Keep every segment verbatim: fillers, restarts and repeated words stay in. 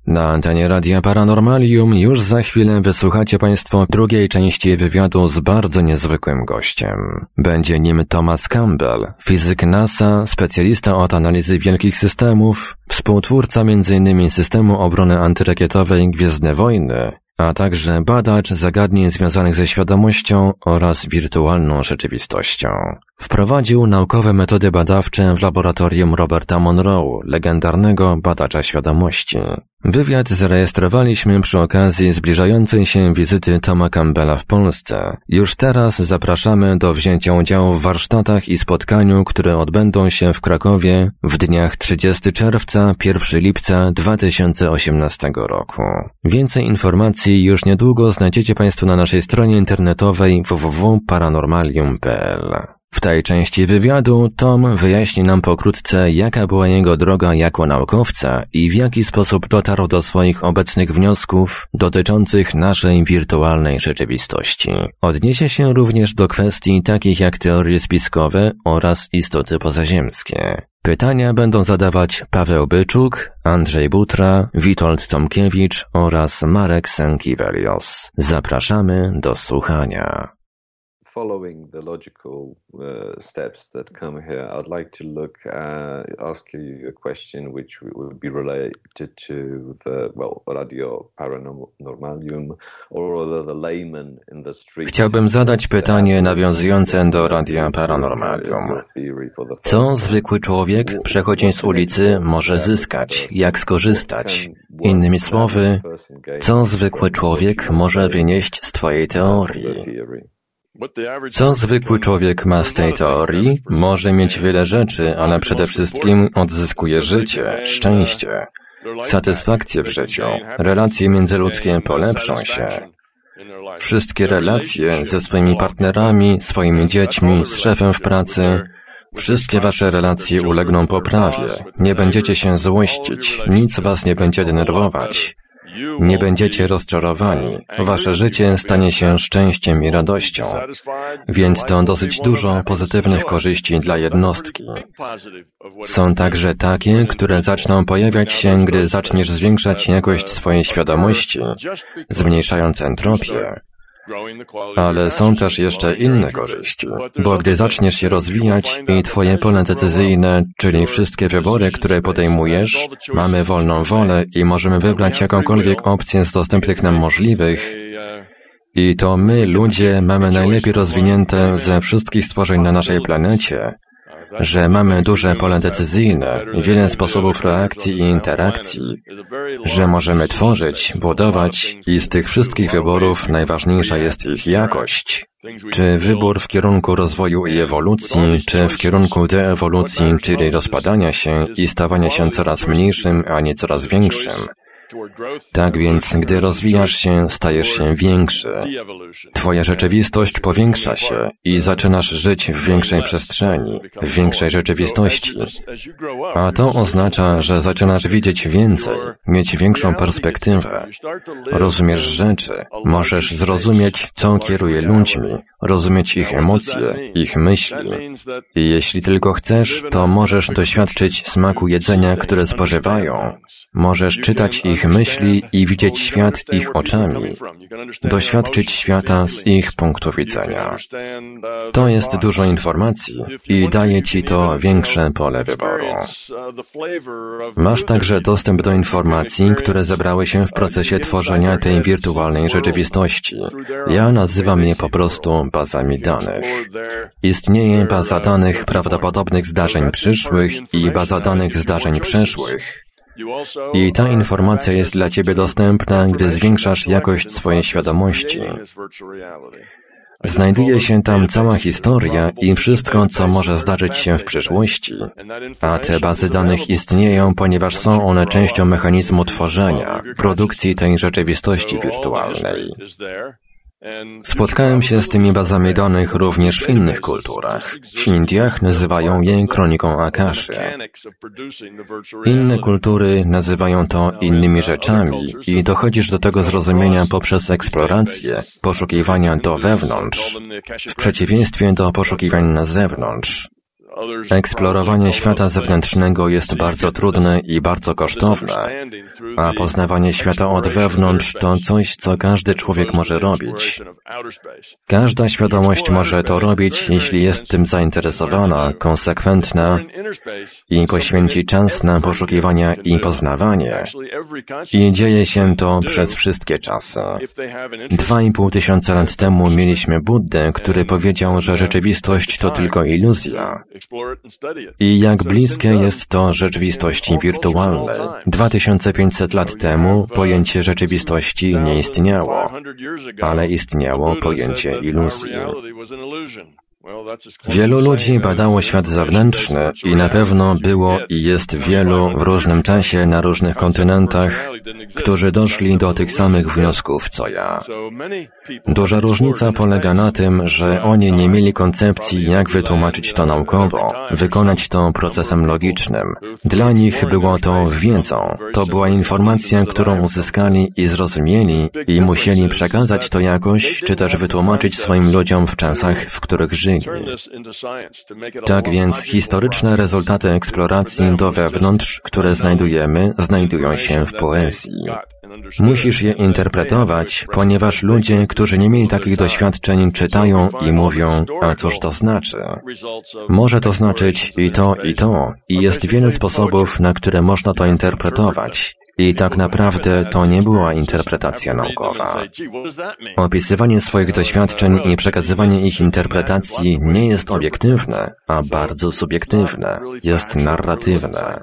Na antenie Radia Paranormalium już za chwilę wysłuchacie Państwo drugiej części wywiadu z bardzo niezwykłym gościem. Będzie nim Thomas Campbell, fizyk NASA, specjalista od analizy wielkich systemów, współtwórca między innymi systemu obrony antyrakietowej Gwiezdne Wojny, a także badacz zagadnień związanych ze świadomością oraz wirtualną rzeczywistością. Wprowadził naukowe metody badawcze w laboratorium Roberta Monroe, legendarnego badacza świadomości. Wywiad zarejestrowaliśmy przy okazji zbliżającej się wizyty Toma Campbella w Polsce. Już teraz zapraszamy do wzięcia udziału w warsztatach i spotkaniu, które odbędą się w Krakowie w dniach trzydziestego czerwca do pierwszego lipca dwa tysiące osiemnastego roku. Więcej informacji już niedługo znajdziecie Państwo na naszej stronie internetowej w w w kropka paranormalium kropka p l. W tej części wywiadu Tom wyjaśni nam pokrótce, jaka była jego droga jako naukowca i w jaki sposób dotarł do swoich obecnych wniosków dotyczących naszej wirtualnej rzeczywistości. Odniesie się również do kwestii takich jak teorie spiskowe oraz istoty pozaziemskie. Pytania będą zadawać Paweł Byczuk, Andrzej Butra, Witold Tomkiewicz oraz Marek Sękiewelios. Zapraszamy do słuchania. Following the logical uh, steps that come here, I'd like to look at, ask you a question which would be related to the, well, Radio Paranormalium, or the layman in the street. Chciałbym zadać pytanie nawiązujące do Radia Paranormalium. Co zwykły człowiek, przechodząc z ulicy, może zyskać? Jak skorzystać? Innymi słowy, co zwykły człowiek może wynieść z twojej teorii? Co zwykły człowiek ma z tej teorii? Może mieć wiele rzeczy, ale przede wszystkim odzyskuje życie, szczęście, satysfakcję w życiu. Relacje międzyludzkie polepszą się. Wszystkie relacje ze swoimi partnerami, swoimi dziećmi, z szefem w pracy, wszystkie wasze relacje ulegną poprawie. Nie będziecie się złościć, nic was nie będzie denerwować. Nie będziecie rozczarowani. Wasze życie stanie się szczęściem i radością. Więc to dosyć dużo pozytywnych korzyści dla jednostki. Są także takie, które zaczną pojawiać się, gdy zaczniesz zwiększać jakość swojej świadomości, zmniejszając entropię. Ale są też jeszcze inne korzyści, bo gdy zaczniesz się rozwijać i twoje pole decyzyjne, czyli wszystkie wybory, które podejmujesz, mamy wolną wolę i możemy wybrać jakąkolwiek opcję z dostępnych nam możliwych, i to my, ludzie, mamy najlepiej rozwinięte ze wszystkich stworzeń na naszej planecie, że mamy duże pole decyzyjne, wiele sposobów reakcji i interakcji, że możemy tworzyć, budować i z tych wszystkich wyborów najważniejsza jest ich jakość. Czy wybór w kierunku rozwoju i ewolucji, czy w kierunku deewolucji, czyli rozpadania się i stawania się coraz mniejszym, a nie coraz większym. Tak więc, gdy rozwijasz się, stajesz się większy. Twoja rzeczywistość powiększa się i zaczynasz żyć w większej przestrzeni, w większej rzeczywistości. A to oznacza, że zaczynasz widzieć więcej, mieć większą perspektywę. Rozumiesz rzeczy, możesz zrozumieć, co kieruje ludźmi, rozumieć ich emocje, ich myśli. I jeśli tylko chcesz, to możesz doświadczyć smaku jedzenia, które spożywają. Możesz czytać ich myśli i widzieć świat ich oczami, doświadczyć świata z ich punktu widzenia. To jest dużo informacji i daje ci to większe pole wyboru. Masz także dostęp do informacji, które zebrały się w procesie tworzenia tej wirtualnej rzeczywistości. Ja nazywam je po prostu bazami danych. Istnieje baza danych prawdopodobnych zdarzeń przyszłych i baza danych zdarzeń przeszłych. I ta informacja jest dla ciebie dostępna, gdy zwiększasz jakość swojej świadomości. Znajduje się tam cała historia i wszystko, co może zdarzyć się w przyszłości. A te bazy danych istnieją, ponieważ są one częścią mechanizmu tworzenia, produkcji tej rzeczywistości wirtualnej. Spotkałem się z tymi bazami danych również w innych kulturach. W Indiach nazywają je kroniką Akaszy. Inne kultury nazywają to innymi rzeczami i dochodzisz do tego zrozumienia poprzez eksplorację, poszukiwania do wewnątrz, w przeciwieństwie do poszukiwań na zewnątrz. Eksplorowanie świata zewnętrznego jest bardzo trudne i bardzo kosztowne, a poznawanie świata od wewnątrz to coś, co każdy człowiek może robić. Każda świadomość może to robić, jeśli jest tym zainteresowana, konsekwentna i poświęci czas na poszukiwania i poznawanie. I dzieje się to przez wszystkie czasy. Dwa i pół tysiąca lat temu mieliśmy Buddę, który powiedział, że rzeczywistość to tylko iluzja. I jak bliskie jest to rzeczywistości wirtualnej. Dwa tysiące pięćset lat temu pojęcie rzeczywistości nie istniało, ale istniało pojęcie iluzji. Wielu ludzi badało świat zewnętrzny i na pewno było i jest wielu w różnym czasie na różnych kontynentach, którzy doszli do tych samych wniosków co ja. Duża różnica polega na tym, że oni nie mieli koncepcji, jak wytłumaczyć to naukowo, wykonać to procesem logicznym. Dla nich było to wiedzą. To była informacja, którą uzyskali i zrozumieli i musieli przekazać to jakoś, czy też wytłumaczyć swoim ludziom w czasach, w których żyli. Tak więc historyczne rezultaty eksploracji do wewnątrz, które znajdujemy, znajdują się w poezji. Musisz je interpretować, ponieważ ludzie, którzy nie mieli takich doświadczeń, czytają i mówią, a cóż to znaczy? Może to znaczyć i to, i to. I jest wiele sposobów, na które można to interpretować. I tak naprawdę to nie była interpretacja naukowa. Opisywanie swoich doświadczeń i przekazywanie ich interpretacji nie jest obiektywne, a bardzo subiektywne. Jest narratywne.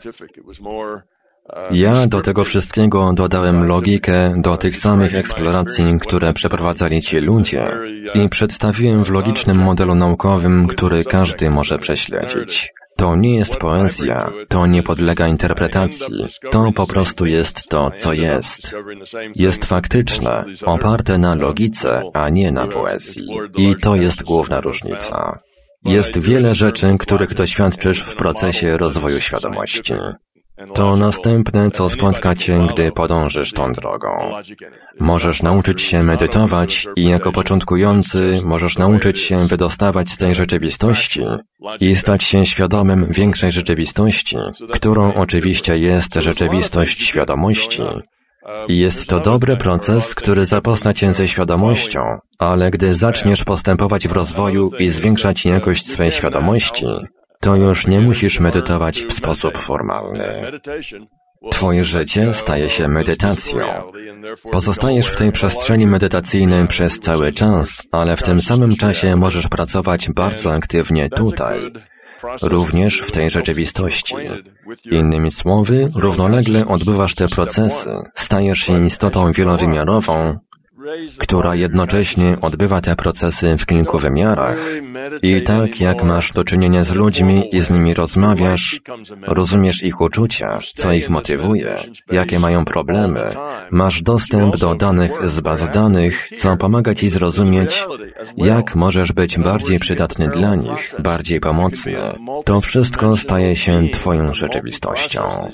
Ja do tego wszystkiego dodałem logikę do tych samych eksploracji, które przeprowadzali ci ludzie i przedstawiłem w logicznym modelu naukowym, który każdy może prześledzić. To nie jest poezja, to nie podlega interpretacji, to po prostu jest to, co jest. Jest faktyczne, oparte na logice, a nie na poezji. I to jest główna różnica. Jest wiele rzeczy, których doświadczysz w procesie rozwoju świadomości. To następne, co spotka cię, gdy podążysz tą drogą. Możesz nauczyć się medytować i jako początkujący możesz nauczyć się wydostawać z tej rzeczywistości i stać się świadomym większej rzeczywistości, którą oczywiście jest rzeczywistość świadomości. I jest to dobry proces, który zapozna cię ze świadomością, ale gdy zaczniesz postępować w rozwoju i zwiększać jakość swej świadomości, to już nie musisz medytować w sposób formalny. Twoje życie staje się medytacją. Pozostajesz w tej przestrzeni medytacyjnej przez cały czas, ale w tym samym czasie możesz pracować bardzo aktywnie tutaj, również w tej rzeczywistości. Innymi słowy, równolegle odbywasz te procesy, stajesz się istotą wielowymiarową, która jednocześnie odbywa te procesy w kilku wymiarach. I tak jak masz do czynienia z ludźmi i z nimi rozmawiasz, rozumiesz ich uczucia, co ich motywuje, jakie mają problemy, masz dostęp do danych z baz danych, co pomaga ci zrozumieć, jak możesz być bardziej przydatny dla nich, bardziej pomocny. To wszystko staje się twoją rzeczywistością.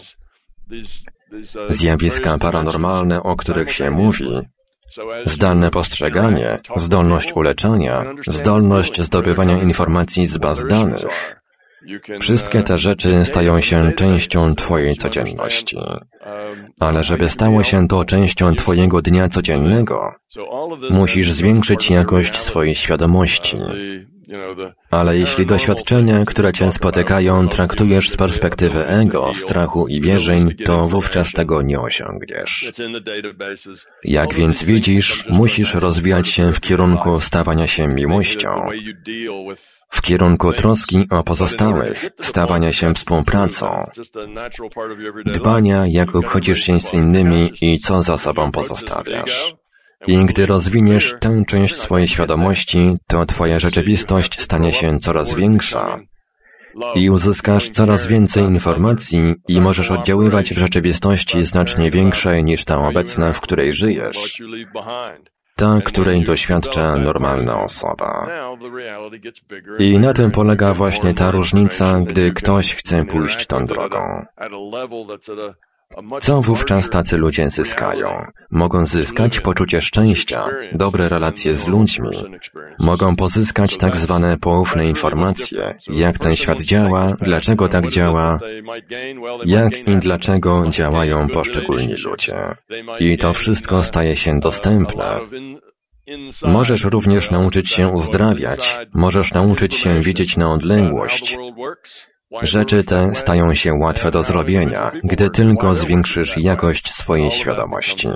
Zjawiska paranormalne, o których się mówi, zdalne postrzeganie, zdolność uleczania, zdolność zdobywania informacji z baz danych. Wszystkie te rzeczy stają się częścią twojej codzienności. Ale żeby stało się to częścią twojego dnia codziennego, musisz zwiększyć jakość swojej świadomości. Ale jeśli doświadczenia, które cię spotykają, traktujesz z perspektywy ego, strachu i wierzeń, to wówczas tego nie osiągniesz. Jak więc widzisz, musisz rozwijać się w kierunku stawania się miłością, w kierunku troski o pozostałych, stawania się współpracą, dbania, jak obchodzisz się z innymi i co za sobą pozostawiasz. I gdy rozwiniesz tę część swojej świadomości, to twoja rzeczywistość stanie się coraz większa i uzyskasz coraz więcej informacji i możesz oddziaływać w rzeczywistości znacznie większej niż ta obecna, w której żyjesz, ta, której doświadcza normalna osoba. I na tym polega właśnie ta różnica, gdy ktoś chce pójść tą drogą. Co wówczas tacy ludzie zyskają? Mogą zyskać poczucie szczęścia, dobre relacje z ludźmi. Mogą pozyskać tak zwane poufne informacje, jak ten świat działa, dlaczego tak działa, jak i dlaczego działają poszczególni ludzie. I to wszystko staje się dostępne. Możesz również nauczyć się uzdrawiać, możesz nauczyć się widzieć na odległość. Rzeczy te stają się łatwe do zrobienia, gdy tylko zwiększysz jakość swojej świadomości.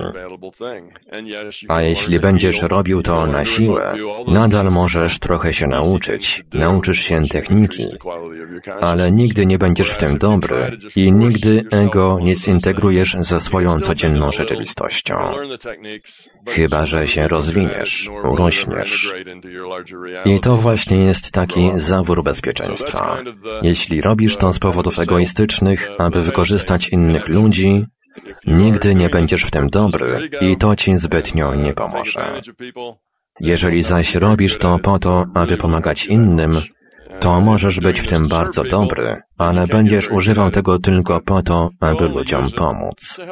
A jeśli będziesz robił to na siłę, nadal możesz trochę się nauczyć, nauczysz się techniki, ale nigdy nie będziesz w tym dobry i nigdy ego nie zintegrujesz ze swoją codzienną rzeczywistością. Chyba że się rozwiniesz, urośniesz. I to właśnie jest taki zawór bezpieczeństwa. Jeśli robisz to z powodów egoistycznych, aby wykorzystać innych ludzi, nigdy nie będziesz w tym dobry i to ci zbytnio nie pomoże. Jeżeli zaś robisz to po to, aby pomagać innym, to możesz być w tym bardzo dobry, ale będziesz używał tego tylko po to, aby ludziom pomóc.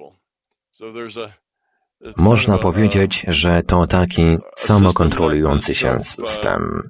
Można powiedzieć, że to taki samokontrolujący się system.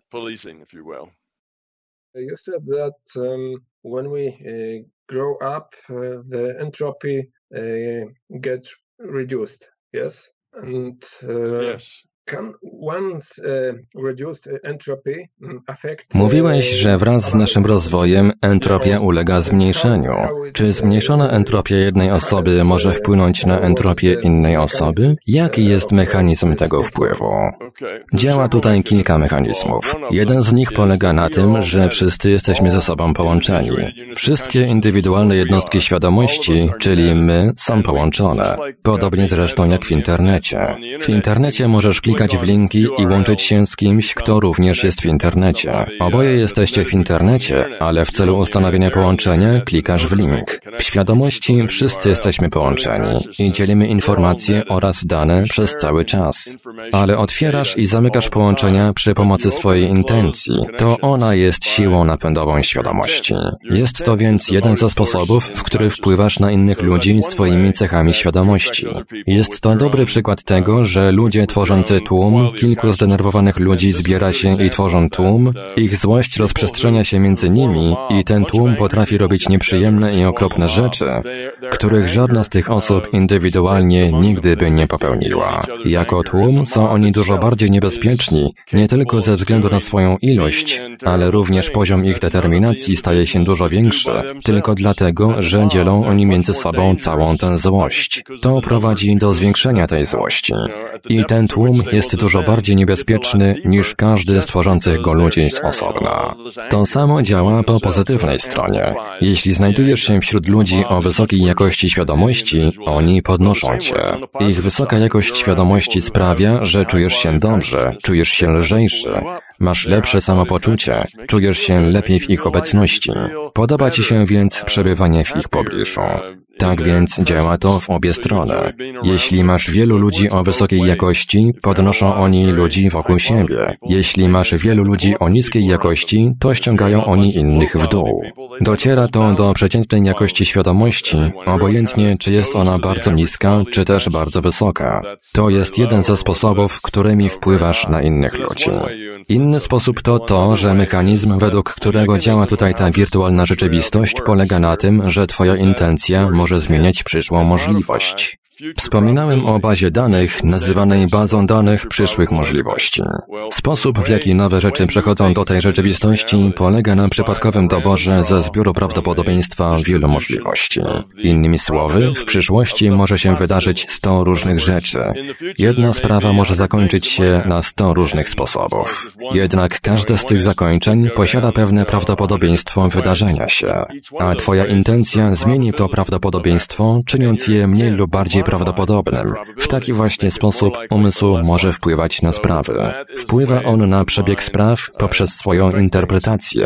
You said that um, when we uh, grow up, uh, the entropy uh, gets reduced. Yes, and uh, yes. Can one's uh, reduced entropy affect? Mówiłeś, że wraz z naszym rozwojem entropia ulega zmniejszeniu. Czy zmniejszona entropia jednej osoby może wpłynąć na entropię innej osoby? Jaki jest mechanizm tego wpływu? Działa tutaj kilka mechanizmów. Jeden z nich polega na tym, że wszyscy jesteśmy ze sobą połączeni. Wszystkie indywidualne jednostki świadomości, czyli my, są połączone. Podobnie zresztą jak w internecie. W internecie możesz klikać w linki i łączyć się z kimś, kto również jest w internecie. Oboje jesteście w internecie, ale w celu ustanowienia połączenia klikasz w link. W świadomości wszyscy jesteśmy połączeni i dzielimy informacje oraz dane przez cały czas. Ale otwierasz i zamykasz połączenia przy pomocy swojej intencji. To ona jest siłą napędową świadomości. Jest to więc jeden ze sposobów, w który wpływasz na innych ludzi swoimi cechami świadomości. Jest to dobry przykład tego, że ludzie tworzący tłum, kilku zdenerwowanych ludzi zbiera się i tworzą tłum, ich złość rozprzestrzenia się między nimi i ten tłum potrafi robić nieprzyjemne i okropne rzeczy, których żadna z tych osób indywidualnie nigdy by nie popełniła. Jako tłum są oni dużo bardziej niebezpieczni, nie tylko ze względu na swoją ilość, ale również poziom ich determinacji staje się dużo większy, tylko dlatego, że dzielą oni między sobą całą tę złość. To prowadzi do zwiększenia tej złości. I ten tłum jest dużo bardziej niebezpieczny niż każdy z tworzących go ludzi z osobna. To samo działa po pozytywnej stronie. Jeśli znajdujesz się wśród ludzi o wysokiej jakości świadomości, oni podnoszą cię. Ich wysoka jakość świadomości sprawia, że czujesz się dobrze, czujesz się lżejszy, masz lepsze samopoczucie, czujesz się lepiej w ich obecności. Podoba ci się więc przebywanie w ich pobliżu. Tak więc działa to w obie strony. Jeśli masz wielu ludzi o wysokiej jakości, podnoszą oni ludzi wokół siebie. Jeśli masz wielu ludzi o niskiej jakości, to ściągają oni innych w dół. Dociera to do przeciętnej jakości świadomości, obojętnie czy jest ona bardzo niska, czy też bardzo wysoka. To jest jeden ze sposobów, którymi wpływasz na innych ludzi. Inny sposób to to, że mechanizm, według którego działa tutaj ta wirtualna rzeczywistość, polega na tym, że twoja intencja może zmieniać przyszłą możliwość. Wspominałem o bazie danych, nazywanej bazą danych przyszłych możliwości. Sposób, w jaki nowe rzeczy przechodzą do tej rzeczywistości, polega na przypadkowym doborze ze zbioru prawdopodobieństwa wielu możliwości. Innymi słowy, w przyszłości może się wydarzyć sto różnych rzeczy. Jedna sprawa może zakończyć się na sto różnych sposobów. Jednak każde z tych zakończeń posiada pewne prawdopodobieństwo wydarzenia się, a twoja intencja zmieni to prawdopodobieństwo, czyniąc je mniej lub bardziej prawdopodobnym. W taki właśnie sposób umysł może wpływać na sprawy. Wpływa on na przebieg spraw poprzez swoją interpretację.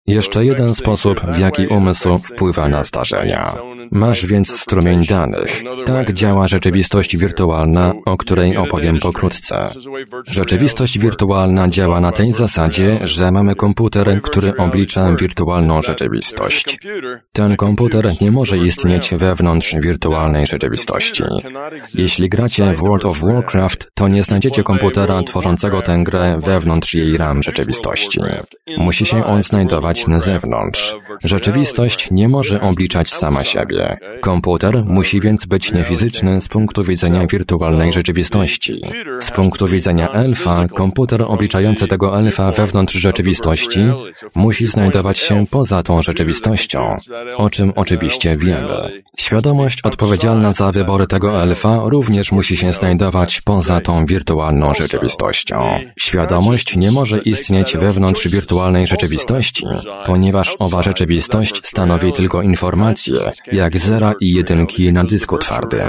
Jeszcze jeden sposób, w jaki umysł wpływa na zdarzenia. Masz więc strumień danych. Tak działa rzeczywistość wirtualna, o której opowiem pokrótce. Rzeczywistość wirtualna działa na tej zasadzie, że mamy komputer, który oblicza wirtualną rzeczywistość. Ten komputer nie może istnieć wewnątrz wirtualnej rzeczywistości. Jeśli gracie w World of Warcraft, to nie znajdziecie komputera tworzącego tę grę wewnątrz jej ram rzeczywistości. Musi się on znajdować na zewnątrz. Rzeczywistość nie może obliczać sama siebie. Komputer musi więc być niefizyczny z punktu widzenia wirtualnej rzeczywistości. Z punktu widzenia elfa, komputer obliczający tego elfa wewnątrz rzeczywistości musi znajdować się poza tą rzeczywistością, o czym oczywiście wiemy. Świadomość odpowiedzialna za wybory tego elfa również musi się znajdować poza tą wirtualną rzeczywistością. Świadomość nie może istnieć wewnątrz wirtualnej rzeczywistości, ponieważ owa rzeczywistość stanowi tylko informacje, jak zera i jedynki na dysku twardym.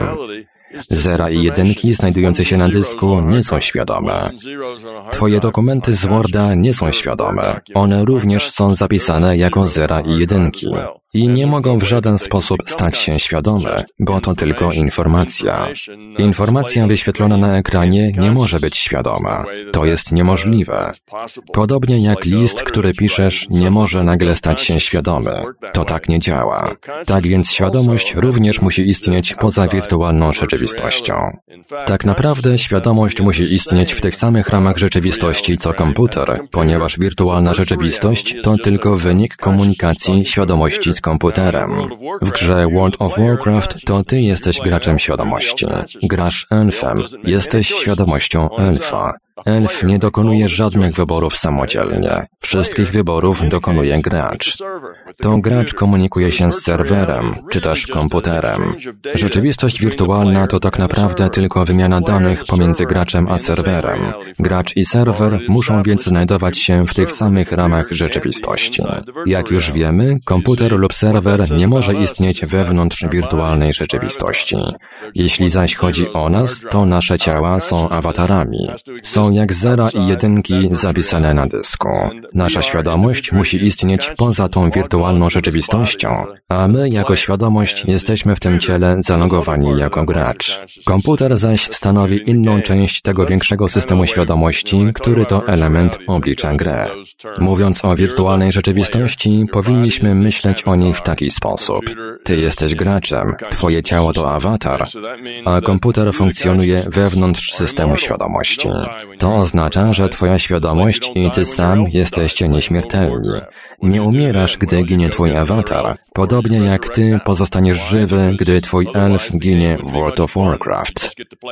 Zera i jedynki znajdujące się na dysku nie są świadome. Twoje dokumenty z Worda nie są świadome. One również są zapisane jako zera i jedynki. I nie mogą w żaden sposób stać się świadome, bo to tylko informacja. Informacja wyświetlona na ekranie nie może być świadoma. To jest niemożliwe. Podobnie jak list, który piszesz, nie może nagle stać się świadomy. To tak nie działa. Tak więc świadomość również musi istnieć poza wirtualną rzeczywistością. Tak naprawdę świadomość musi istnieć w tych samych ramach rzeczywistości co komputer, ponieważ wirtualna rzeczywistość to tylko wynik komunikacji świadomości z komputerem. W grze World of Warcraft to ty jesteś graczem świadomości. Grasz elfem. Jesteś świadomością elfa. Elf nie dokonuje żadnych wyborów samodzielnie. Wszystkich wyborów dokonuje gracz. To gracz komunikuje się z serwerem, czy też komputerem. Rzeczywistość wirtualna to tak naprawdę tylko wymiana danych pomiędzy graczem a serwerem. Gracz i serwer muszą więc znajdować się w tych samych ramach rzeczywistości. Jak już wiemy, komputer lub serwer nie może istnieć wewnątrz wirtualnej rzeczywistości. Jeśli zaś chodzi o nas, to nasze ciała są awatarami. Są jak zera i jedynki zapisane na dysku. Nasza świadomość musi istnieć poza tą wirtualną rzeczywistością, a my jako świadomość jesteśmy w tym ciele zalogowani jako gracz. Komputer zaś stanowi inną część tego większego systemu świadomości, który to element oblicza grę. Mówiąc o wirtualnej rzeczywistości, powinniśmy myśleć o niej w taki sposób. Ty jesteś graczem, twoje ciało to awatar, a komputer funkcjonuje wewnątrz systemu świadomości. To oznacza, że twoja świadomość i ty sam jesteście nieśmiertelni. Nie umierasz, gdy ginie twój awatar, podobnie jak ty pozostaniesz żywy, gdy twój elf ginie w World of Warcraft.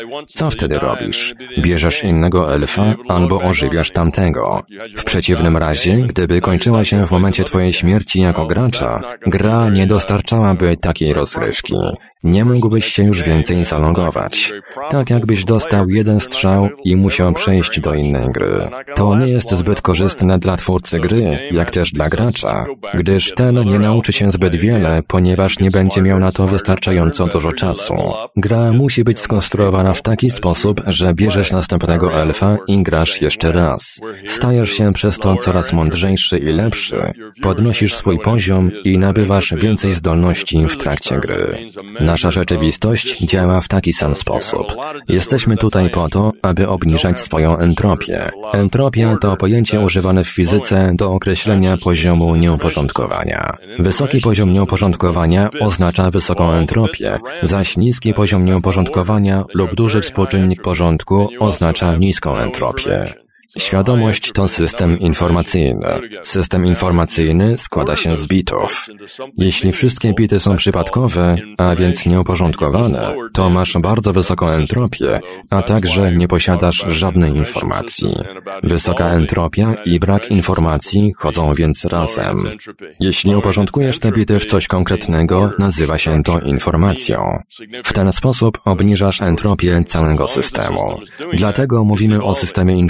Co wtedy robisz? Bierzesz innego elfa albo ożywiasz tamtego. W przeciwnym razie, gdyby kończyła się w momencie twojej śmierci jako gracza, gra nie dostarczałaby takiej rozrywki. Nie mógłbyś się już więcej zalogować. Tak jakbyś dostał jeden strzał i musiał przejść do innej gry. To nie jest zbyt korzystne dla twórcy gry, jak też dla gracza, gdyż ten nie nauczy się zbyt wiele, ponieważ nie będzie miał na to wystarczająco dużo czasu. Gra musi być skonstruowana w taki sposób, że bierzesz następnego elfa i grasz jeszcze raz. Stajesz się przez to coraz mądrzejszy i lepszy, podnosisz swój poziom i nabywasz więcej zdolności w trakcie gry. Nasza rzeczywistość działa w taki sam sposób. Jesteśmy tutaj po to, aby obniżać swoją entropię. Entropia to pojęcie używane w fizyce do określenia poziomu nieuporządkowania. Wysoki poziom nieuporządkowania oznacza wysoką entropię, zaś niski poziom nieuporządkowania lub duży współczynnik porządku oznacza niską entropię. Świadomość to system informacyjny. System informacyjny składa się z bitów. Jeśli wszystkie bity są przypadkowe, a więc nieuporządkowane, to masz bardzo wysoką entropię, a także nie posiadasz żadnej informacji. Wysoka entropia i brak informacji chodzą więc razem. Jeśli uporządkujesz te bity w coś konkretnego, nazywa się to informacją. W ten sposób obniżasz entropię całego systemu. Dlatego mówimy o systemie informacji,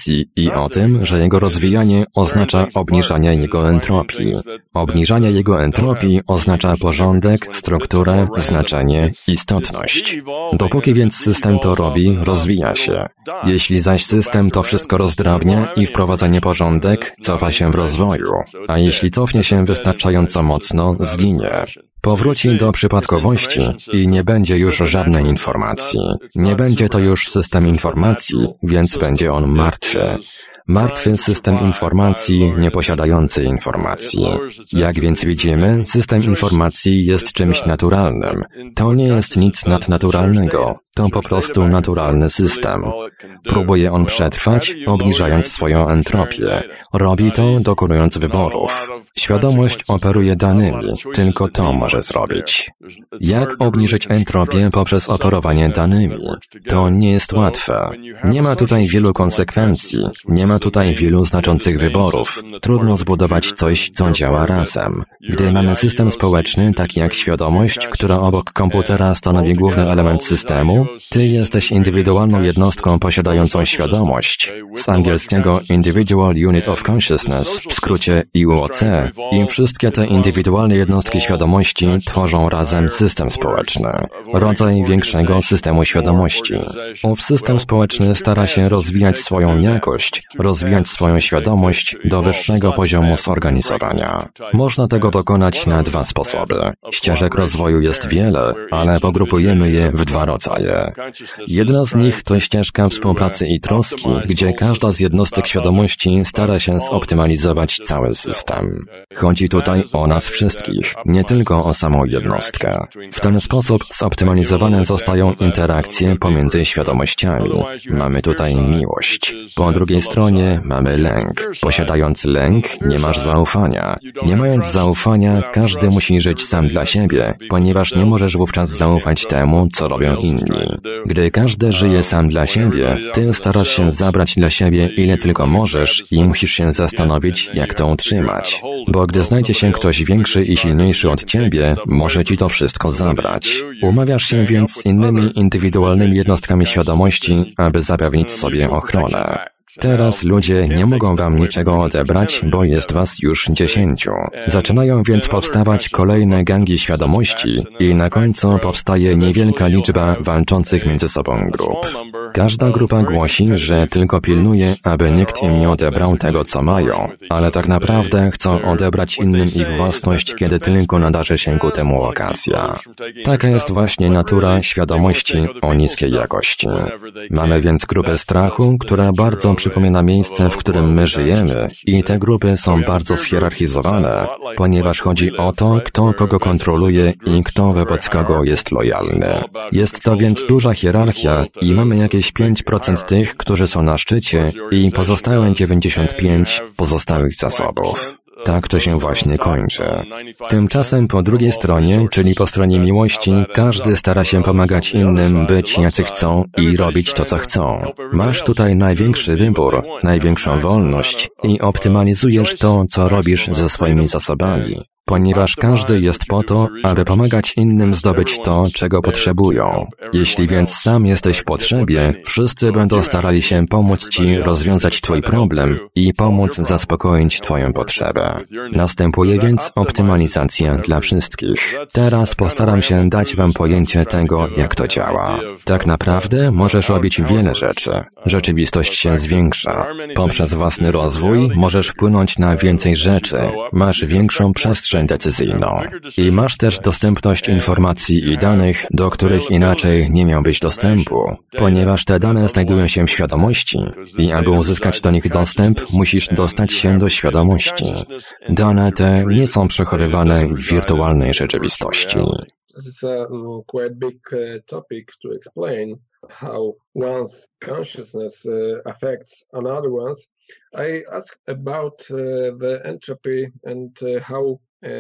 informacji i o tym, że jego rozwijanie oznacza obniżanie jego entropii. Obniżanie jego entropii oznacza porządek, strukturę, znaczenie, istotność. Dopóki więc system to robi, rozwija się. Jeśli zaś system to wszystko rozdrabnia i wprowadza nieporządek, cofa się w rozwoju, a jeśli cofnie się wystarczająco mocno, zginie. Powróci do przypadkowości i nie będzie już żadnej informacji. Nie będzie to już system informacji, więc będzie on martwy. Martwy system informacji, nieposiadający informacji. Jak więc widzimy, system informacji jest czymś naturalnym. To nie jest nic nadnaturalnego. To po prostu naturalny system. Próbuje on przetrwać, obniżając swoją entropię. Robi to, dokonując wyborów. Świadomość operuje danymi. Tylko to może zrobić. Jak obniżyć entropię poprzez operowanie danymi? To nie jest łatwe. Nie ma tutaj wielu konsekwencji. Nie ma tutaj wielu znaczących wyborów. Trudno zbudować coś, co działa razem. Gdy mamy system społeczny, taki jak świadomość, która obok komputera stanowi główny element systemu, ty jesteś indywidualną jednostką posiadającą świadomość. Z angielskiego Individual Unit of Consciousness, w skrócie I U O C, i wszystkie te indywidualne jednostki świadomości tworzą razem system społeczny, rodzaj większego systemu świadomości. Ów system społeczny stara się rozwijać swoją jakość, rozwijać swoją świadomość do wyższego poziomu zorganizowania. Można tego dokonać na dwa sposoby. Ścieżek rozwoju jest wiele, ale pogrupujemy je w dwa rodzaje. Jedna z nich to ścieżka współpracy i troski, gdzie każda z jednostek świadomości stara się zoptymalizować cały system. Chodzi tutaj o nas wszystkich, nie tylko o samą jednostkę. W ten sposób zoptymalizowane zostają interakcje pomiędzy świadomościami. Mamy tutaj miłość. Po drugiej stronie mamy lęk. Posiadając lęk, nie masz zaufania. Nie mając zaufania, każdy musi żyć sam dla siebie, ponieważ nie możesz wówczas zaufać temu, co robią inni. Gdy każdy żyje sam dla siebie, ty starasz się zabrać dla siebie ile tylko możesz i musisz się zastanowić, jak to utrzymać. Bo gdy znajdzie się ktoś większy i silniejszy od ciebie, może ci to wszystko zabrać. Umawiasz się więc z innymi indywidualnymi jednostkami świadomości, aby zapewnić sobie ochronę. Teraz ludzie nie mogą wam niczego odebrać, bo jest was już dziesięciu. Zaczynają więc powstawać kolejne gangi świadomości i na końcu powstaje niewielka liczba walczących między sobą grup. Każda grupa głosi, że tylko pilnuje, aby nikt im nie odebrał tego, co mają, ale tak naprawdę chcą odebrać innym ich własność, kiedy tylko nadarzy się ku temu okazja. Taka jest właśnie natura świadomości o niskiej jakości. Mamy więc grupę strachu, która bardzo przypomina miejsce, w którym my żyjemy, i te grupy są bardzo schierarchizowane, ponieważ chodzi o to, kto kogo kontroluje i kto wobec kogo jest lojalny. Jest to więc duża hierarchia i mamy jakieś pięć procent tych, którzy są na szczycie, i pozostałe dziewięćdziesiąt pięć procent pozostałych zasobów. Tak to się właśnie kończy. Tymczasem po drugiej stronie, czyli po stronie miłości, każdy stara się pomagać innym, być jacy chcą i robić to, co chcą. Masz tutaj największy wybór, największą wolność i optymalizujesz to, co robisz ze swoimi zasobami. Ponieważ każdy jest po to, aby pomagać innym zdobyć to, czego potrzebują. Jeśli więc sam jesteś w potrzebie, wszyscy będą starali się pomóc ci rozwiązać twój problem i pomóc zaspokoić twoją potrzebę. Następuje więc optymalizacja dla wszystkich. Teraz postaram się dać wam pojęcie tego, jak to działa. Tak naprawdę możesz robić wiele rzeczy. Rzeczywistość się zwiększa. Poprzez własny rozwój możesz wpłynąć na więcej rzeczy. Masz większą przestrzeń decyzyjną. I masz też dostępność informacji i danych, do których inaczej nie miałbyś dostępu, ponieważ te dane znajdują się w świadomości i aby uzyskać do nich dostęp, musisz dostać się do świadomości. Dane te nie są przechowywane w wirtualnej rzeczywistości. It's a quite big topic to explain how one's consciousness affects another one's. I asked about the entropy and how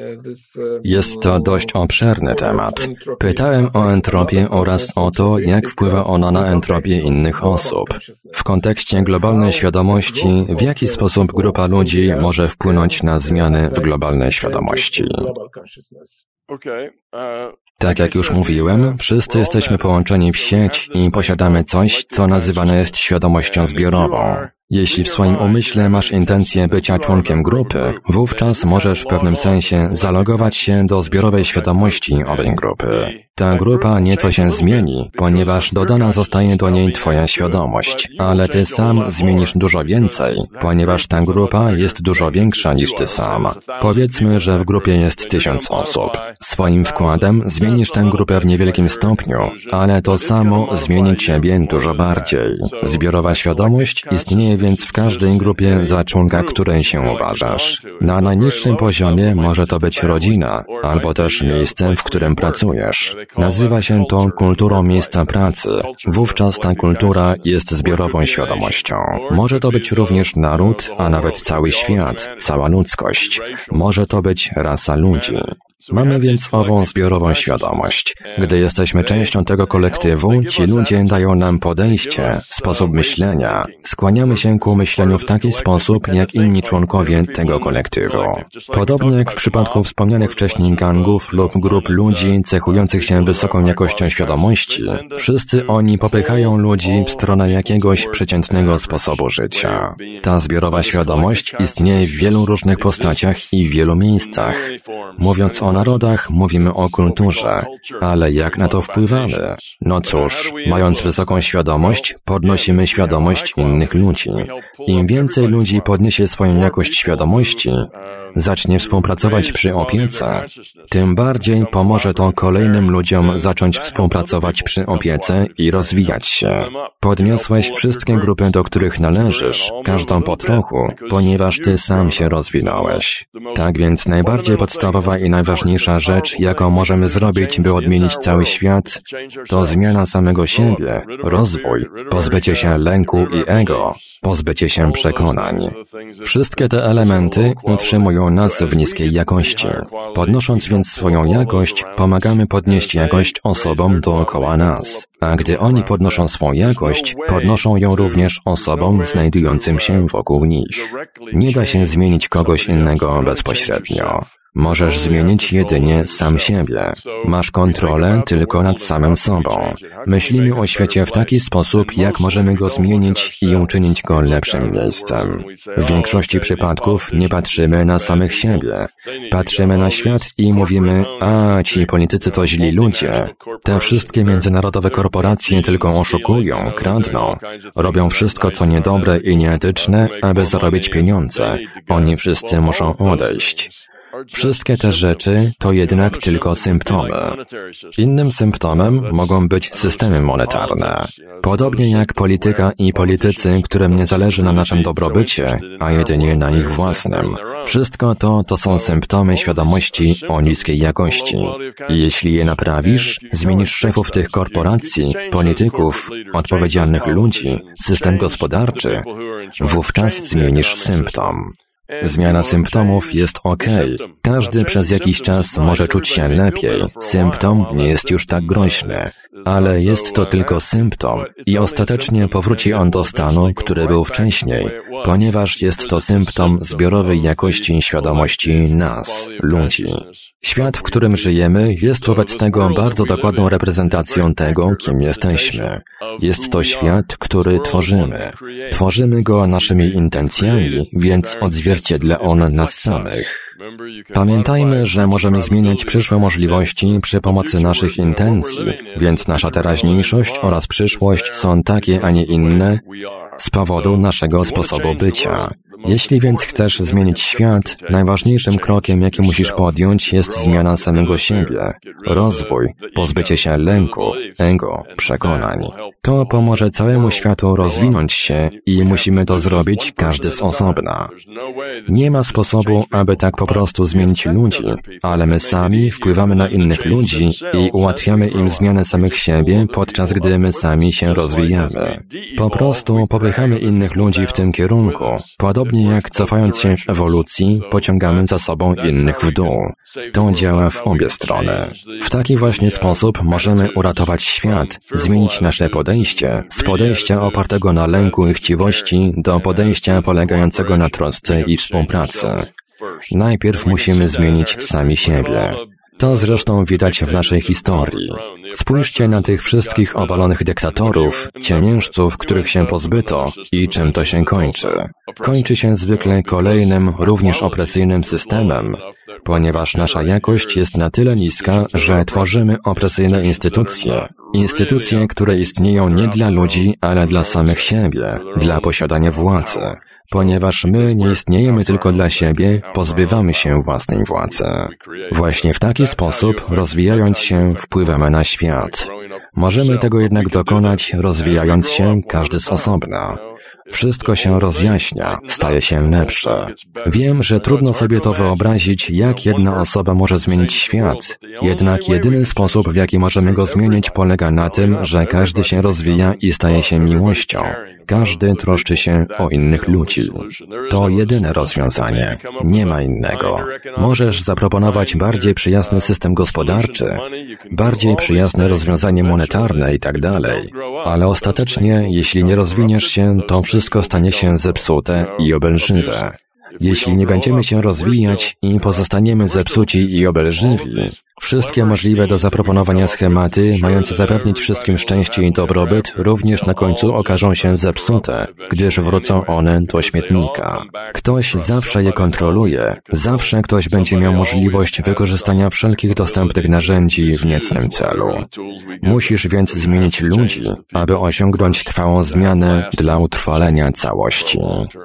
Jest to dość obszerny temat. Pytałem o entropię oraz o to, jak wpływa ona na entropię innych osób. W kontekście globalnej świadomości, w jaki sposób grupa ludzi może wpłynąć na zmiany w globalnej świadomości. Tak jak już mówiłem, wszyscy jesteśmy połączeni w sieć i posiadamy coś, co nazywane jest świadomością zbiorową. Jeśli w swoim umyśle masz intencję bycia członkiem grupy, wówczas możesz w pewnym sensie zalogować się do zbiorowej świadomości owej grupy. Ta grupa nieco się zmieni, ponieważ dodana zostaje do niej twoja świadomość, ale ty sam zmienisz dużo więcej, ponieważ ta grupa jest dużo większa niż ty sam. Powiedzmy, że w grupie jest tysiąc osób. Swoim wkładem zmienisz tę grupę w niewielkim stopniu, ale to samo zmieni ciebie dużo bardziej. Zbiorowa świadomość istnieje więc w każdej grupie, za członka której się uważasz. Na najniższym poziomie może to być rodzina, albo też miejsce, w którym pracujesz. Nazywa się to kulturą miejsca pracy. Wówczas ta kultura jest zbiorową świadomością. Może to być również naród, a nawet cały świat, cała ludzkość. Może to być rasa ludzi. Mamy więc ową zbiorową świadomość. Gdy jesteśmy częścią tego kolektywu, ci ludzie dają nam podejście, sposób myślenia. Skłaniamy się ku myśleniu w taki sposób, jak inni członkowie tego kolektywu. Podobnie jak w przypadku wspomnianych wcześniej gangów lub grup ludzi cechujących się wysoką jakością świadomości, wszyscy oni popychają ludzi w stronę jakiegoś przeciętnego sposobu życia. Ta zbiorowa świadomość istnieje w wielu różnych postaciach i w wielu miejscach. Mówiąc o narodach, mówimy o kulturze, ale jak na to wpływamy? No cóż, mając wysoką świadomość, podnosimy świadomość innych ludzi. Im więcej ludzi podniesie swoją jakość świadomości, zacznie współpracować przy opiece, tym bardziej pomoże to kolejnym ludziom zacząć współpracować przy opiece i rozwijać się. Podniosłeś wszystkie grupy, do których należysz, każdą po trochu, ponieważ ty sam się rozwinąłeś. Tak więc najbardziej podstawowa i najważniejsza rzecz, jaką możemy zrobić, by odmienić cały świat, to zmiana samego siebie, rozwój, pozbycie się lęku i ego, pozbycie się przekonań. Wszystkie te elementy utrzymują nas w niskiej jakości. Podnosząc więc swoją jakość, pomagamy podnieść jakość osobom dookoła nas. A gdy oni podnoszą swą jakość, podnoszą ją również osobom znajdującym się wokół nich. Nie da się zmienić kogoś innego bezpośrednio. Możesz zmienić jedynie sam siebie. Masz kontrolę tylko nad samym sobą. Myślimy o świecie w taki sposób, jak możemy go zmienić i uczynić go lepszym miejscem. W większości przypadków nie patrzymy na samych siebie. Patrzymy na świat i mówimy, a ci politycy to źli ludzie. Te wszystkie międzynarodowe korporacje tylko oszukują, kradną. Robią wszystko, co niedobre i nieetyczne, aby zarobić pieniądze. Oni wszyscy muszą odejść. Wszystkie te rzeczy to jednak tylko symptomy. Innym symptomem mogą być systemy monetarne. Podobnie jak polityka i politycy, którym nie zależy na naszym dobrobycie, a jedynie na ich własnym. Wszystko to to są symptomy świadomości o niskiej jakości. I jeśli je naprawisz, zmienisz szefów tych korporacji, polityków, odpowiedzialnych ludzi, system gospodarczy, wówczas zmienisz symptom. Zmiana symptomów jest okej. Każdy przez jakiś czas może czuć się lepiej. Symptom nie jest już tak groźny, ale jest to tylko symptom i ostatecznie powróci on do stanu, który był wcześniej, ponieważ jest to symptom zbiorowej jakości świadomości nas, ludzi. Świat, w którym żyjemy, jest wobec tego bardzo dokładną reprezentacją tego, kim jesteśmy. Jest to świat, który tworzymy. Tworzymy go naszymi intencjami, więc odzwierciedla on nas samych. Pamiętajmy, że możemy zmieniać przyszłe możliwości przy pomocy naszych intencji, więc nasza teraźniejszość oraz przyszłość są takie, a nie inne z powodu naszego sposobu bycia. Jeśli więc chcesz zmienić świat, najważniejszym krokiem, jaki musisz podjąć, jest zmiana samego siebie, rozwój, pozbycie się lęku, ego, przekonań. To pomoże całemu światu rozwinąć się i musimy to zrobić każdy z osobna. Nie ma sposobu, aby tak po prostu zmienić ludzi, ale my sami wpływamy na innych ludzi i ułatwiamy im zmianę samych siebie, podczas gdy my sami się rozwijamy. Po prostu popychamy innych ludzi w tym kierunku. Podobnie jak cofając się w ewolucji, pociągamy za sobą innych w dół. To działa w obie strony. W taki właśnie sposób możemy uratować świat, zmienić nasze podejście z podejścia opartego na lęku i chciwości do podejścia polegającego na trosce i współpracy. Najpierw musimy zmienić sami siebie. To zresztą widać w naszej historii. Spójrzcie na tych wszystkich obalonych dyktatorów, ciemiężców, których się pozbyto i czym to się kończy. Kończy się zwykle kolejnym, również opresyjnym systemem, ponieważ nasza jakość jest na tyle niska, że tworzymy opresyjne instytucje. Instytucje, które istnieją nie dla ludzi, ale dla samych siebie, dla posiadania władzy. Ponieważ my nie istniejemy tylko dla siebie, pozbywamy się własnej władzy. Właśnie w taki sposób, rozwijając się, wpływamy na świat. Możemy tego jednak dokonać, rozwijając się każdy z osobna. Wszystko się rozjaśnia, staje się lepsze. Wiem, że trudno sobie to wyobrazić, jak jedna osoba może zmienić świat. Jednak jedyny sposób, w jaki możemy go zmienić, polega na tym, że każdy się rozwija i staje się miłością. Każdy troszczy się o innych ludzi. To jedyne rozwiązanie. Nie ma innego. Możesz zaproponować bardziej przyjazny system gospodarczy, bardziej przyjazne rozwiązanie monetarne i tak dalej. Ale ostatecznie, jeśli nie rozwiniesz się, to wszystko stanie się zepsute i obelżywe. Jeśli nie będziemy się rozwijać i pozostaniemy zepsuci i obelżywi, wszystkie możliwe do zaproponowania schematy, mające zapewnić wszystkim szczęście i dobrobyt, również na końcu okażą się zepsute, gdyż wrócą one do śmietnika. Ktoś zawsze je kontroluje, zawsze ktoś będzie miał możliwość wykorzystania wszelkich dostępnych narzędzi w niecnym celu. Musisz więc zmienić ludzi, aby osiągnąć trwałą zmianę dla utrwalenia całości.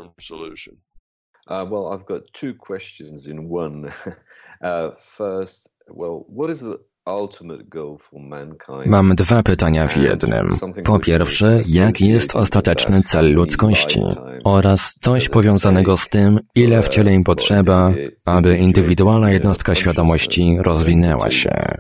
Uh, well, I've got two questions in one. uh, first, well, what is the ultimate goal for mankind? Mam dwa pytania w jednym. Po pierwsze, jaki jest ostateczny cel ludzkości? Oraz coś powiązanego z tym, ile wcieleń im potrzeba, aby indywidualna jednostka świadomości rozwinęła się.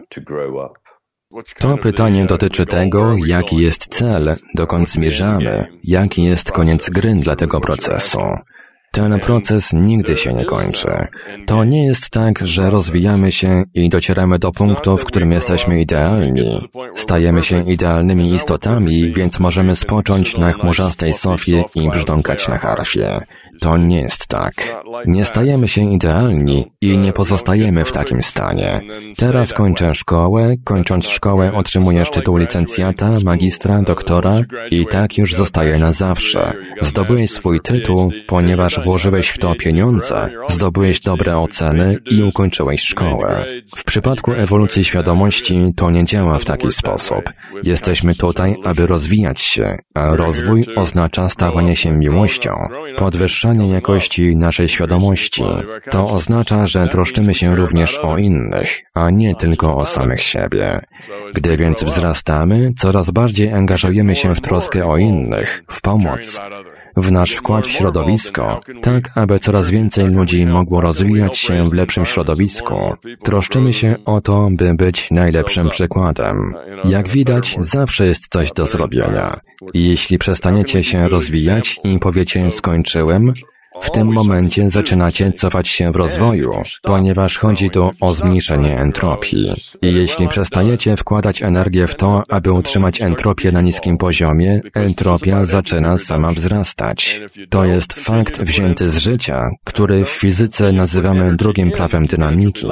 To pytanie dotyczy tego, jaki jest cel, dokąd zmierzamy, jaki jest koniec gry dla tego procesu. Ten proces nigdy się nie kończy. To nie jest tak, że rozwijamy się i docieramy do punktu, w którym jesteśmy idealni. Stajemy się idealnymi istotami, więc możemy spocząć na chmurzastej sofie i brzdąkać na harfie. To nie jest tak. Nie stajemy się idealni i nie pozostajemy w takim stanie. Teraz kończę szkołę, kończąc szkołę otrzymujesz tytuł licencjata, magistra, doktora i tak już zostaje na zawsze. Zdobyłeś swój tytuł, ponieważ włożyłeś w to pieniądze, zdobyłeś dobre oceny i ukończyłeś szkołę. W przypadku ewolucji świadomości to nie działa w taki sposób. Jesteśmy tutaj, aby rozwijać się, a rozwój oznacza stawanie się miłością, podwyższanie jakości naszej świadomości. To oznacza, że troszczymy się również o innych, a nie tylko o samych siebie. Gdy więc wzrastamy, coraz bardziej angażujemy się w troskę o innych, w pomoc, w nasz wkład w środowisko, tak aby coraz więcej ludzi mogło rozwijać się w lepszym środowisku. Troszczymy się o to, by być najlepszym przykładem. Jak widać, zawsze jest coś do zrobienia. I jeśli przestaniecie się rozwijać i powiecie skończyłem, w tym momencie zaczynacie cofać się w rozwoju, ponieważ chodzi tu o zmniejszenie entropii. I jeśli przestajecie wkładać energię w to, aby utrzymać entropię na niskim poziomie, entropia zaczyna sama wzrastać. To jest fakt wzięty z życia, który w fizyce nazywamy drugim prawem dynamiki.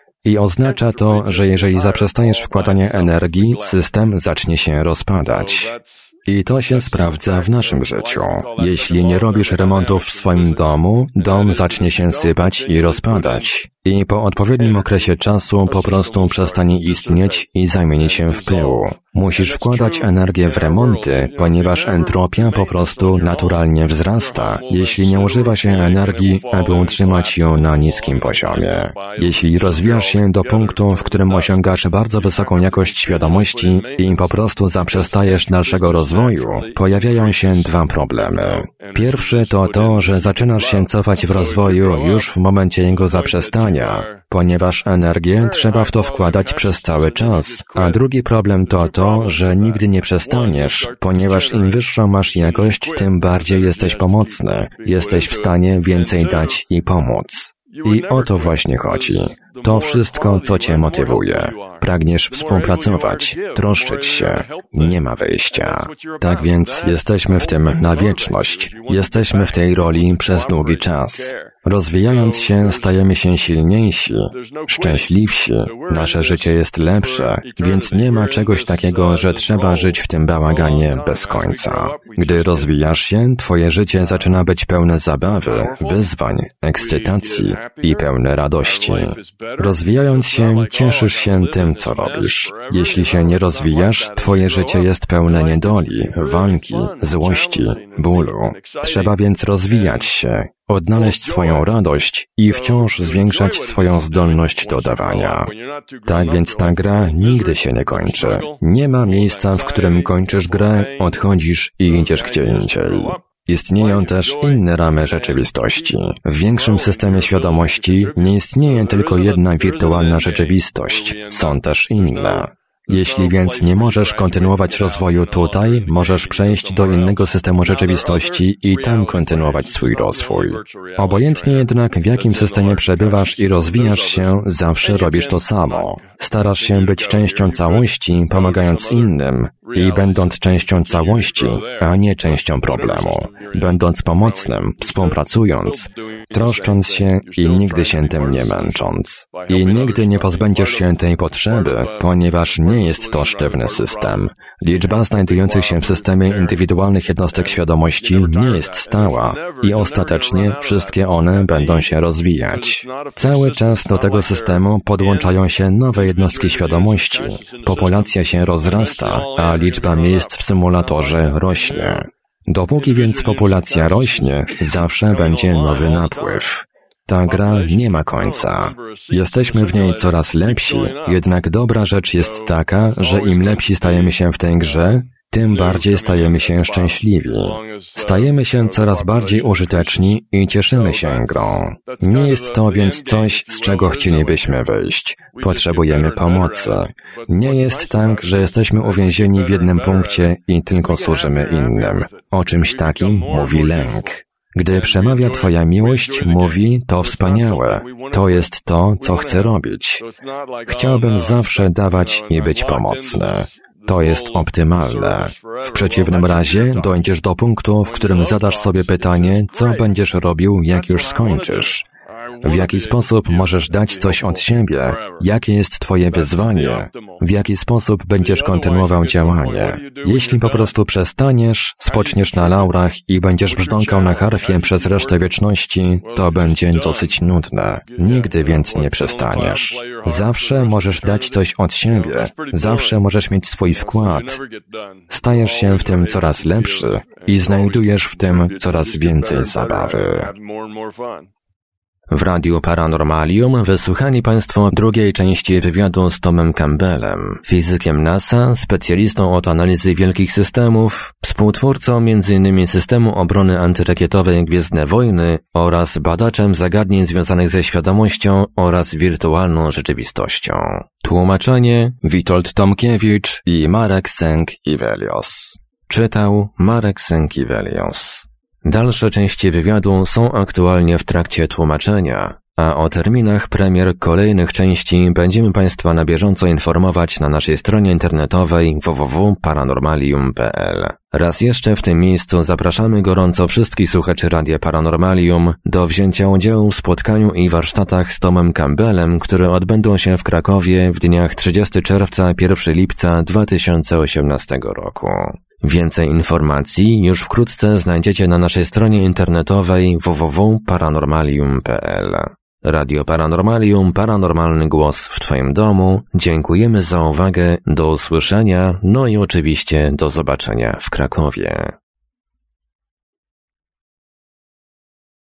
I oznacza to, że jeżeli zaprzestajesz wkładania energii, system zacznie się rozpadać. I to się sprawdza w naszym życiu. Jeśli nie robisz remontów w swoim domu, dom zacznie się sypać i rozpadać. I po odpowiednim okresie czasu po prostu przestanie istnieć i zamieni się w pył. Musisz wkładać energię w remonty, ponieważ entropia po prostu naturalnie wzrasta, jeśli nie używa się energii, aby utrzymać ją na niskim poziomie. Jeśli rozwijasz się do punktu, w którym osiągasz bardzo wysoką jakość świadomości i po prostu zaprzestajesz dalszego rozwoju, pojawiają się dwa problemy. Pierwszy to to, że zaczynasz się cofać w rozwoju już w momencie jego zaprzestania, ponieważ energię trzeba w to wkładać przez cały czas. A drugi problem to to, że nigdy nie przestaniesz, ponieważ im wyższą masz jakość, tym bardziej jesteś pomocny. Jesteś w stanie więcej dać i pomóc. I o to właśnie chodzi. To wszystko, co cię motywuje. Pragniesz współpracować, troszczyć się. Nie ma wyjścia. Tak więc jesteśmy w tym na wieczność. Jesteśmy w tej roli przez długi czas. Rozwijając się, stajemy się silniejsi, szczęśliwsi, nasze życie jest lepsze, więc nie ma czegoś takiego, że trzeba żyć w tym bałaganie bez końca. Gdy rozwijasz się, twoje życie zaczyna być pełne zabawy, wyzwań, ekscytacji i pełne radości. Rozwijając się, cieszysz się tym, co robisz. Jeśli się nie rozwijasz, twoje życie jest pełne niedoli, walki, złości, bólu. Trzeba więc rozwijać się, odnaleźć swoją radość i wciąż zwiększać swoją zdolność do dawania. Tak więc ta gra nigdy się nie kończy. Nie ma miejsca, w którym kończysz grę, odchodzisz i idziesz gdzie indziej. Istnieją też inne ramy rzeczywistości. W większym systemie świadomości nie istnieje tylko jedna wirtualna rzeczywistość. Są też inne. Jeśli więc nie możesz kontynuować rozwoju tutaj, możesz przejść do innego systemu rzeczywistości i tam kontynuować swój rozwój. Obojętnie jednak, w jakim systemie przebywasz i rozwijasz się, zawsze robisz to samo. Starasz się być częścią całości, pomagając innym i będąc częścią całości, a nie częścią problemu. Będąc pomocnym, współpracując, troszcząc się i nigdy się tym nie męcząc. I nigdy nie pozbędziesz się tej potrzeby, ponieważ nie jest to sztywny system. Liczba znajdujących się w systemie indywidualnych jednostek świadomości nie jest stała i ostatecznie wszystkie one będą się rozwijać. Cały czas do tego systemu podłączają się nowe jednostki świadomości. Populacja się rozrasta, a liczba miejsc w symulatorze rośnie. Dopóki więc populacja rośnie, zawsze będzie nowy napływ. Ta gra nie ma końca. Jesteśmy w niej coraz lepsi, jednak dobra rzecz jest taka, że im lepsi stajemy się w tej grze, tym bardziej stajemy się szczęśliwi. Stajemy się coraz bardziej użyteczni i cieszymy się grą. Nie jest to więc coś, z czego chcielibyśmy wyjść. Potrzebujemy pomocy. Nie jest tak, że jesteśmy uwięzieni w jednym punkcie i tylko służymy innym. O czymś takim mówi lęk. Gdy przemawia Twoja miłość, mówi, to wspaniałe, to jest to, co chcę robić. Chciałbym zawsze dawać i być pomocny. To jest optymalne. W przeciwnym razie dojdziesz do punktu, w którym zadasz sobie pytanie, co będziesz robił, jak już skończysz. W jaki sposób możesz dać coś od siebie? Jakie jest Twoje wyzwanie? W jaki sposób będziesz kontynuował działanie? Jeśli po prostu przestaniesz, spoczniesz na laurach i będziesz brzdąkał na harfie przez resztę wieczności, to będzie dosyć nudne. Nigdy więc nie przestaniesz. Zawsze możesz dać coś od siebie. Zawsze możesz mieć swój wkład. Stajesz się w tym coraz lepszy i znajdujesz w tym coraz więcej zabawy. W Radiu Paranormalium wysłuchali Państwo drugiej części wywiadu z Tomem Campbellem, fizykiem NASA, specjalistą od analizy wielkich systemów, współtwórcą między innymi systemu obrony antyrakietowej Gwiezdne Wojny oraz badaczem zagadnień związanych ze świadomością oraz wirtualną rzeczywistością. Tłumaczenie Witold Tomkiewicz i Marek Sęk-Iwelios. Czytał Marek Sęk-Iwelios. Dalsze części wywiadu są aktualnie w trakcie tłumaczenia, a o terminach premier kolejnych części będziemy Państwa na bieżąco informować na naszej stronie internetowej w w w kropka paranormalium kropka p l. Raz jeszcze w tym miejscu zapraszamy gorąco wszystkich słuchaczy Radia Paranormalium do wzięcia udziału w spotkaniu i warsztatach z Tomem Campbellem, które odbędą się w Krakowie w dniach trzeciego czerwca do pierwszego lipca dwa tysiące osiemnastego roku. Więcej informacji już wkrótce znajdziecie na naszej stronie internetowej w w w kropka paranormalium kropka p l. Radio Paranormalium, paranormalny głos w Twoim domu. Dziękujemy za uwagę, do usłyszenia, no i oczywiście do zobaczenia w Krakowie.